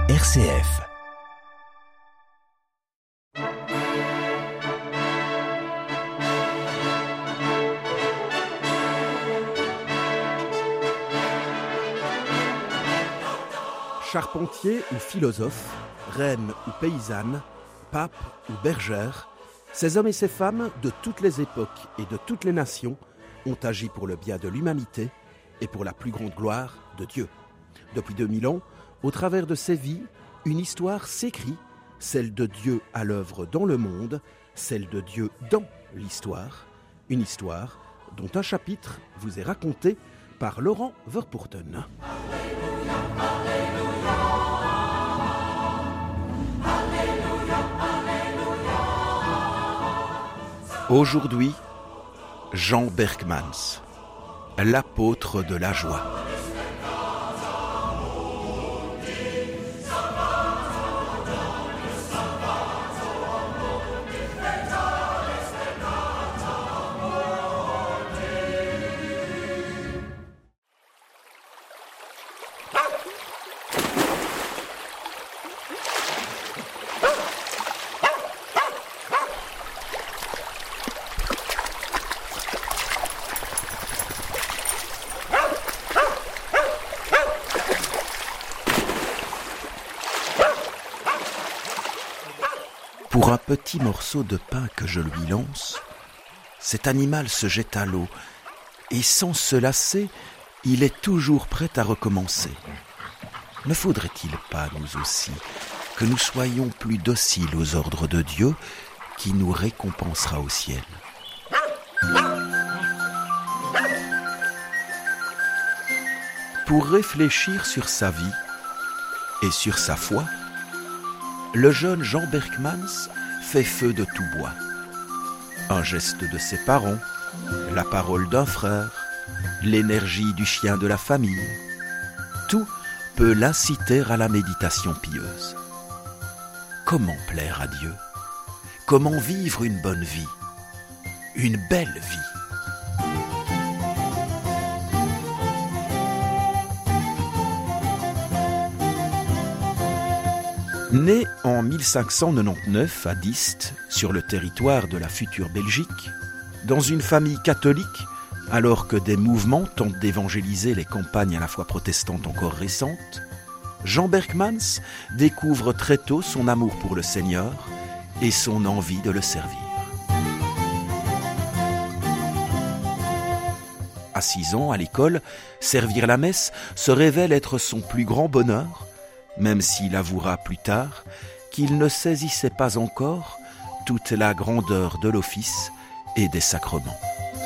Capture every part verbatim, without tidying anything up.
R C F. Charpentier ou philosophe, reine ou paysanne, pape ou bergère, ces hommes et ces femmes de toutes les époques et de toutes les nations ont agi pour le bien de l'humanité et pour la plus grande gloire de Dieu. Depuis deux mille ans, au travers de ces vies, une histoire s'écrit, celle de Dieu à l'œuvre dans le monde, celle de Dieu dans l'histoire, une histoire dont un chapitre vous est raconté par Laurent Verpoorten. Aujourd'hui, Jean Berckmans, l'apôtre de la joie. Pour un petit morceau de pain que je lui lance, cet animal se jette à l'eau et sans se lasser, il est toujours prêt à recommencer. Ne faudrait-il pas, nous aussi, que nous soyons plus dociles aux ordres de Dieu qui nous récompensera au ciel ? Pour réfléchir sur sa vie et sur sa foi, le jeune Jean Berckmans fait feu de tout bois. Un geste de ses parents, la parole d'un frère, l'énergie du chien de la famille, tout peut l'inciter à la méditation pieuse. Comment plaire à Dieu ? Comment vivre une bonne vie ? Une belle vie ? Né en mille cinq cent quatre-vingt-dix-neuf à Diest, sur le territoire de la future Belgique, dans une famille catholique, alors que des mouvements tentent d'évangéliser les campagnes à la foi protestantes encore récentes, Jean Berckmans découvre très tôt son amour pour le Seigneur et son envie de le servir. À six ans, à l'école, servir la messe se révèle être son plus grand bonheur, même s'il avouera plus tard qu'il ne saisissait pas encore toute la grandeur de l'office et des sacrements.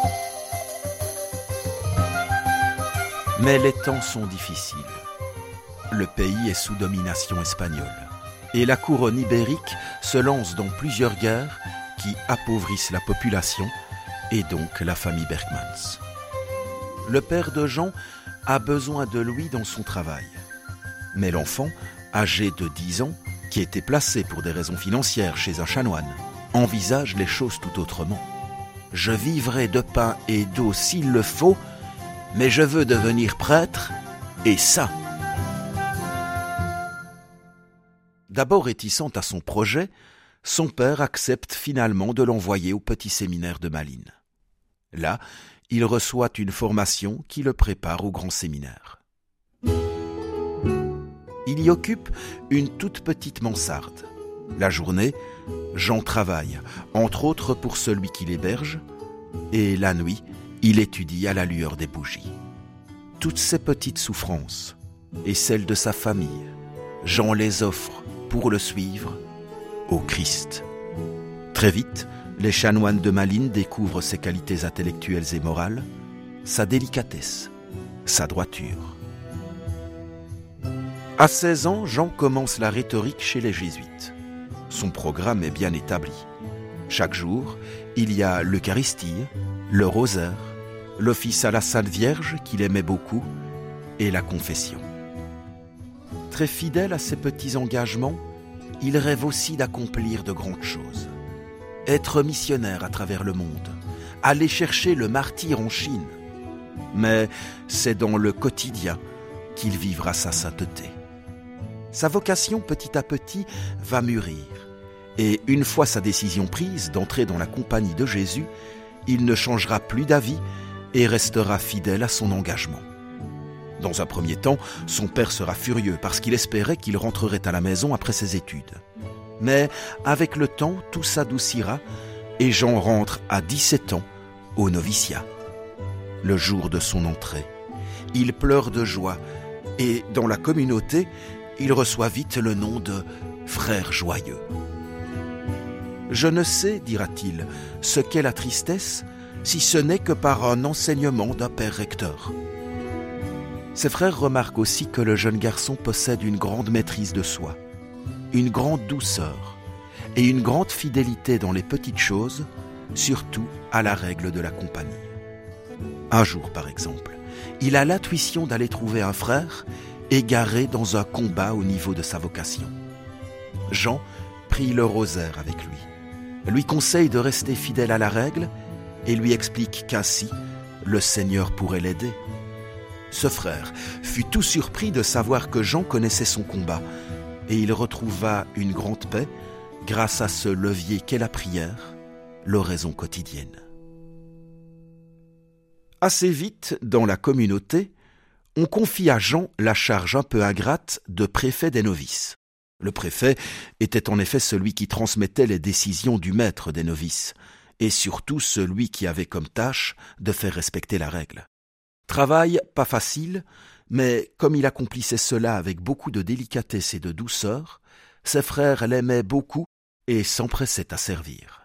Mais les temps sont difficiles. Le pays est sous domination espagnole et la couronne ibérique se lance dans plusieurs guerres qui appauvrissent la population et donc la famille Berckmans. Le père de Jean a besoin de lui dans son travail. Mais l'enfant, âgé de dix ans, qui était placé pour des raisons financières chez un chanoine, envisage les choses tout autrement. « Je vivrai de pain et d'eau s'il le faut, mais je veux devenir prêtre, et ça !» D'abord réticent à son projet, son père accepte finalement de l'envoyer au petit séminaire de Malines. Là, il reçoit une formation qui le prépare au grand séminaire. Il y occupe une toute petite mansarde. La journée, Jean travaille, entre autres pour celui qui l'héberge, et la nuit, il étudie à la lueur des bougies. Toutes ces petites souffrances, et celles de sa famille, Jean les offre pour le suivre au Christ. Très vite, les chanoines de Malines découvrent ses qualités intellectuelles et morales, sa délicatesse, sa droiture. À seize ans, Jean commence la rhétorique chez les jésuites. Son programme est bien établi. Chaque jour, il y a l'Eucharistie, le rosaire, l'office à la Sainte Vierge qu'il aimait beaucoup et la confession. Très fidèle à ses petits engagements, il rêve aussi d'accomplir de grandes choses. Être missionnaire à travers le monde, aller chercher le martyre en Chine. Mais c'est dans le quotidien qu'il vivra sa sainteté. Sa vocation, petit à petit, va mûrir. Et une fois sa décision prise d'entrer dans la compagnie de Jésus, il ne changera plus d'avis et restera fidèle à son engagement. Dans un premier temps, son père sera furieux parce qu'il espérait qu'il rentrerait à la maison après ses études. Mais avec le temps, tout s'adoucira et Jean rentre à dix-sept ans au noviciat. Le jour de son entrée, il pleure de joie et dans la communauté, il reçoit vite le nom de « frère joyeux ». « Je ne sais, dira-t-il, ce qu'est la tristesse, si ce n'est que par un enseignement d'un père recteur. » Ses frères remarquent aussi que le jeune garçon possède une grande maîtrise de soi, une grande douceur et une grande fidélité dans les petites choses, surtout à la règle de la compagnie. Un jour, par exemple, il a l'intuition d'aller trouver un frère égaré dans un combat au niveau de sa vocation. Jean prie le rosaire avec lui, lui conseille de rester fidèle à la règle et lui explique qu'ainsi, le Seigneur pourrait l'aider. Ce frère fut tout surpris de savoir que Jean connaissait son combat et il retrouva une grande paix grâce à ce levier qu'est la prière, l'oraison quotidienne. Assez vite, dans la communauté, on confie à Jean la charge un peu ingrate de préfet des novices. Le préfet était en effet celui qui transmettait les décisions du maître des novices, et surtout celui qui avait comme tâche de faire respecter la règle. Travail pas facile, mais comme il accomplissait cela avec beaucoup de délicatesse et de douceur, ses frères l'aimaient beaucoup et s'empressaient à servir.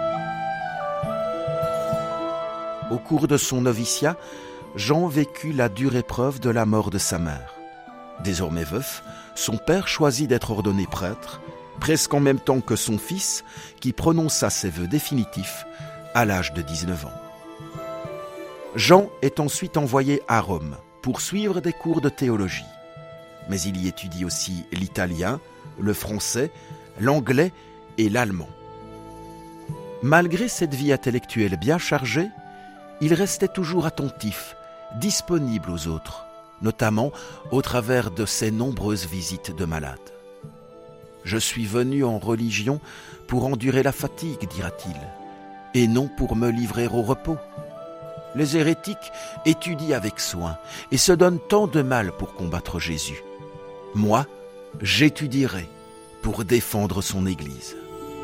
Au cours de son noviciat, Jean vécut la dure épreuve de la mort de sa mère. Désormais veuf, son père choisit d'être ordonné prêtre, presque en même temps que son fils, qui prononça ses vœux définitifs à l'âge de dix-neuf ans. Jean est ensuite envoyé à Rome pour suivre des cours de théologie. Mais il y étudie aussi l'italien, le français, l'anglais et l'allemand. Malgré cette vie intellectuelle bien chargée, il restait toujours attentif, disponible aux autres, notamment au travers de ses nombreuses visites de malades. « Je suis venu en religion pour endurer la fatigue, dira-t-il, et non pour me livrer au repos. Les hérétiques étudient avec soin et se donnent tant de mal pour combattre Jésus. Moi, j'étudierai pour défendre son Église. »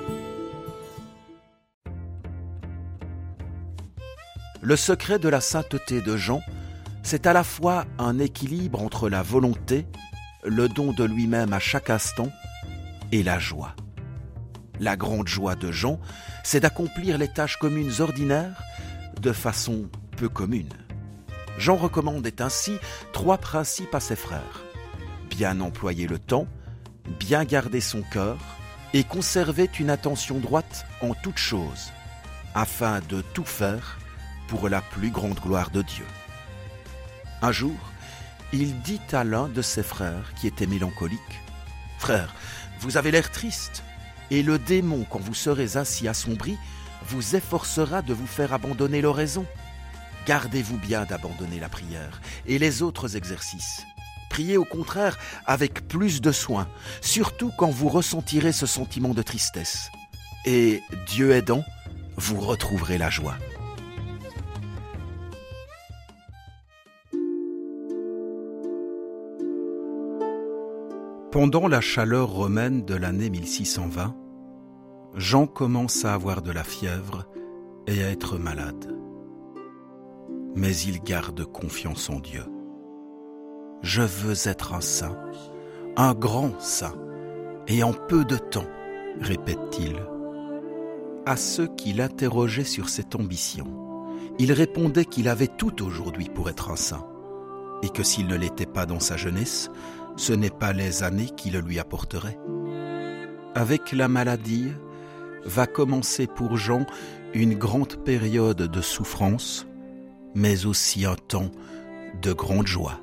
Le secret de la sainteté de Jean, c'est à la fois un équilibre entre la volonté, le don de lui-même à chaque instant, et la joie. La grande joie de Jean, c'est d'accomplir les tâches communes ordinaires de façon peu commune. Jean recommandait ainsi trois principes à ses frères. Bien employer le temps, bien garder son cœur et conserver une attention droite en toutes choses, afin de tout faire pour la plus grande gloire de Dieu. Un jour, il dit à l'un de ses frères qui était mélancolique, « Frère, vous avez l'air triste, et le démon, quand vous serez ainsi assombri, vous efforcera de vous faire abandonner l'oraison. Gardez-vous bien d'abandonner la prière et les autres exercices. Priez au contraire avec plus de soin, surtout quand vous ressentirez ce sentiment de tristesse. Et Dieu aidant, vous retrouverez la joie. » Pendant la chaleur romaine de l'année mille six cent vingt, Jean commence à avoir de la fièvre et à être malade. Mais il garde confiance en Dieu. « Je veux être un saint, un grand saint, et en peu de temps, répète-t-il. À ceux qui l'interrogeaient sur cette ambition, il répondait qu'il avait tout aujourd'hui pour être un saint, et que s'il ne l'était pas dans sa jeunesse, ce n'est pas les années qui le lui apporteraient. Avec la maladie, va commencer pour Jean une grande période de souffrance, mais aussi un temps de grande joie.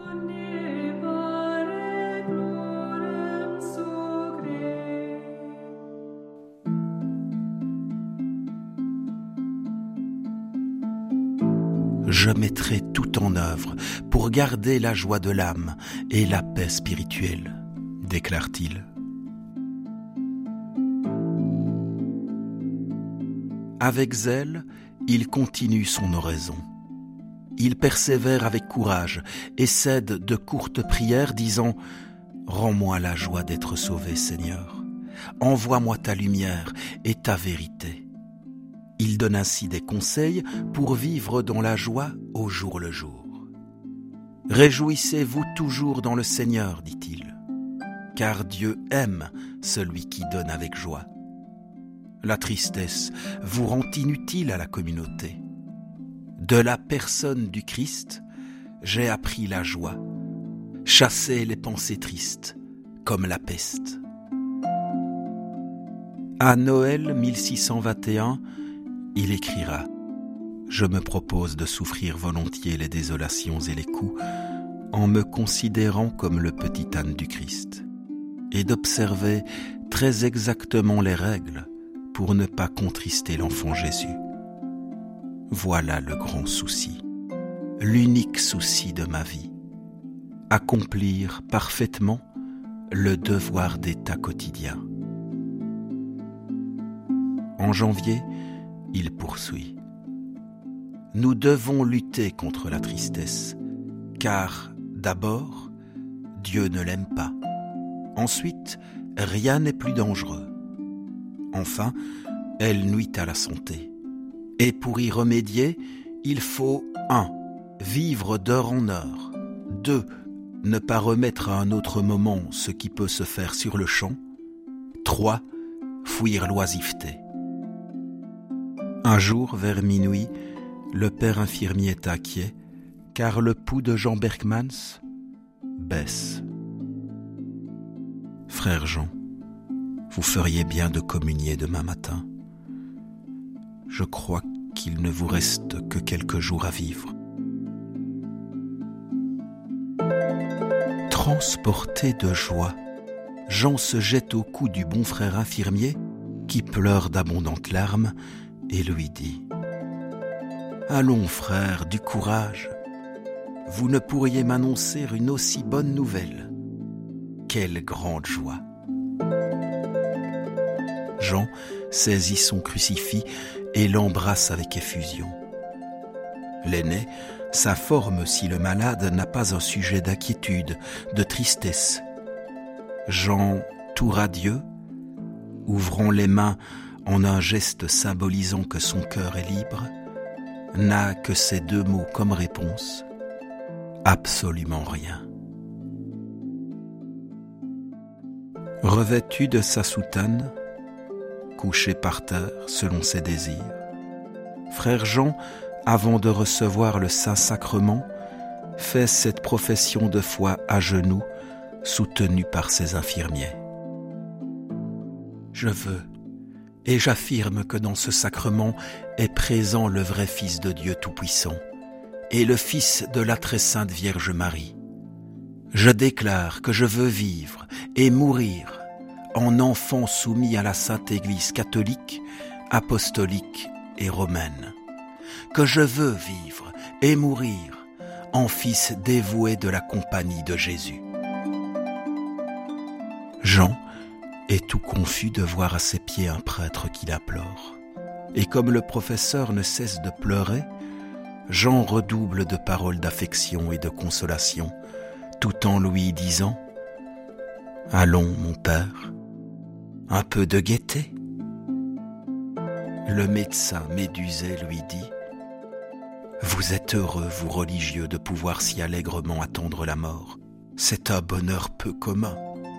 Je mettrai tout en œuvre pour garder la joie de l'âme et la paix spirituelle, déclare-t-il. Avec zèle, il continue son oraison. Il persévère avec courage et cède de courtes prières disant « Rends-moi la joie d'être sauvé, Seigneur. Envoie-moi ta lumière et ta vérité. » Il donne ainsi des conseils pour vivre dans la joie au jour le jour. « Réjouissez-vous toujours dans le Seigneur, dit-il, car Dieu aime celui qui donne avec joie. La tristesse vous rend inutile à la communauté. De la personne du Christ, j'ai appris la joie. Chassez les pensées tristes, comme la peste. » À Noël mille six cent vingt et un, il écrira « Je me propose de souffrir volontiers les désolations et les coups en me considérant comme le petit âne du Christ et d'observer très exactement les règles pour ne pas contrister l'enfant Jésus. Voilà le grand souci, l'unique souci de ma vie, accomplir parfaitement le devoir d'état quotidien. » En janvier, il poursuit. « Nous devons lutter contre la tristesse, car d'abord, Dieu ne l'aime pas. Ensuite, rien n'est plus dangereux. Enfin, elle nuit à la santé. Et pour y remédier, il faut un. Vivre d'heure en heure. deux. Ne pas remettre à un autre moment ce qui peut se faire sur le champ. trois. Fuir l'oisiveté. » Un jour, vers minuit, le père infirmier est inquiet, car le pouls de Jean Berckmans baisse. « Frère Jean, vous feriez bien de communier demain matin. Je crois qu'il ne vous reste que quelques jours à vivre. » Transporté de joie, Jean se jette au cou du bon frère infirmier, qui pleure d'abondantes larmes, et lui dit « Allons, frère, du courage. Vous ne pourriez m'annoncer une aussi bonne nouvelle. Quelle grande joie !» Jean saisit son crucifix et l'embrasse avec effusion. L'aîné s'informe si le malade n'a pas un sujet d'inquiétude, de tristesse. Jean tout radieux, ouvrant les mains en un geste symbolisant que son cœur est libre, n'a que ces deux mots comme réponse : absolument rien. Revêtu de sa soutane, couché par terre selon ses désirs, frère Jean, avant de recevoir le Saint-Sacrement, fait cette profession de foi à genoux, soutenu par ses infirmiers. Je veux, et j'affirme que dans ce sacrement est présent le vrai Fils de Dieu Tout-Puissant et le Fils de la très sainte Vierge Marie. Je déclare que je veux vivre et mourir en enfant soumis à la Sainte Église catholique, apostolique et romaine. Que je veux vivre et mourir en fils dévoué de la compagnie de Jésus. Jean est tout confus de voir à ses pieds un prêtre qui l'implore. Et comme le professeur ne cesse de pleurer, Jean redouble de paroles d'affection et de consolation, tout en lui disant « Allons, mon père, un peu de gaieté. » Le médecin médusé lui dit « Vous êtes heureux, vous religieux, de pouvoir si allègrement attendre la mort. C'est un bonheur peu commun. »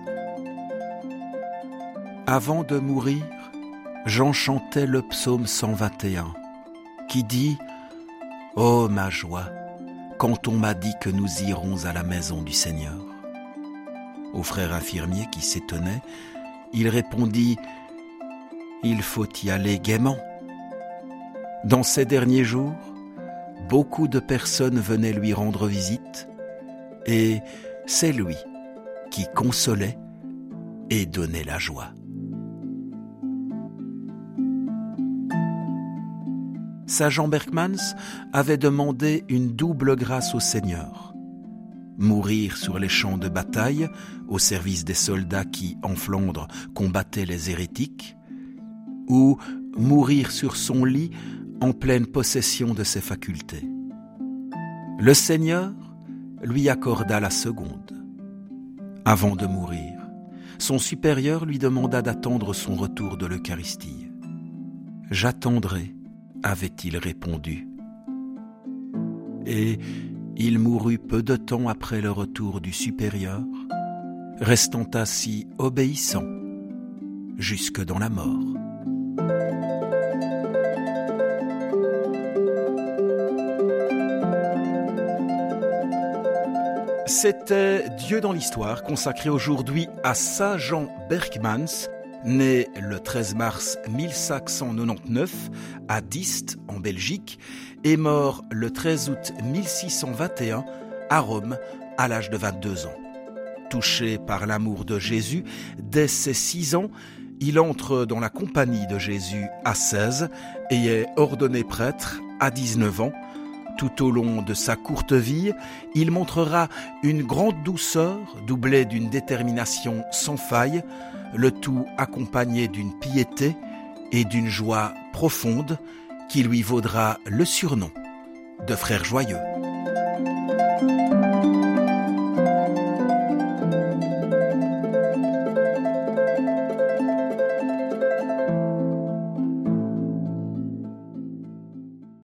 Avant de mourir, Jean chantait le psaume cent vingt et un, qui dit « Ô ma joie, quand on m'a dit que nous irons à la maison du Seigneur. » Au frère infirmier qui s'étonnait, il répondit « Il faut y aller gaiement. » Dans ces derniers jours, beaucoup de personnes venaient lui rendre visite, et c'est lui qui consolait et donnait la joie. Saint Jean Berckmans avait demandé une double grâce au Seigneur, mourir sur les champs de bataille au service des soldats qui, en Flandre, combattaient les hérétiques, ou mourir sur son lit en pleine possession de ses facultés. Le Seigneur lui accorda la seconde. Avant de mourir, son supérieur lui demanda d'attendre son retour de l'Eucharistie. « J'attendrai », avait-il répondu. Et il mourut peu de temps après le retour du supérieur, restant ainsi obéissant jusque dans la mort. C'était Dieu dans l'histoire, consacré aujourd'hui à Saint Jean Berckmans, né le treize mars mille cinq cent quatre-vingt-dix-neuf à Diest, en Belgique, et mort le treize août mille six cent vingt et un à Rome, à l'âge de vingt-deux ans. Touché par l'amour de Jésus, dès ses six ans, il entre dans la compagnie de Jésus à seize et est ordonné prêtre à dix-neuf ans. Tout au long de sa courte vie, il montrera une grande douceur doublée d'une détermination sans faille, le tout accompagné d'une piété et d'une joie profonde qui lui vaudra le surnom de frère joyeux.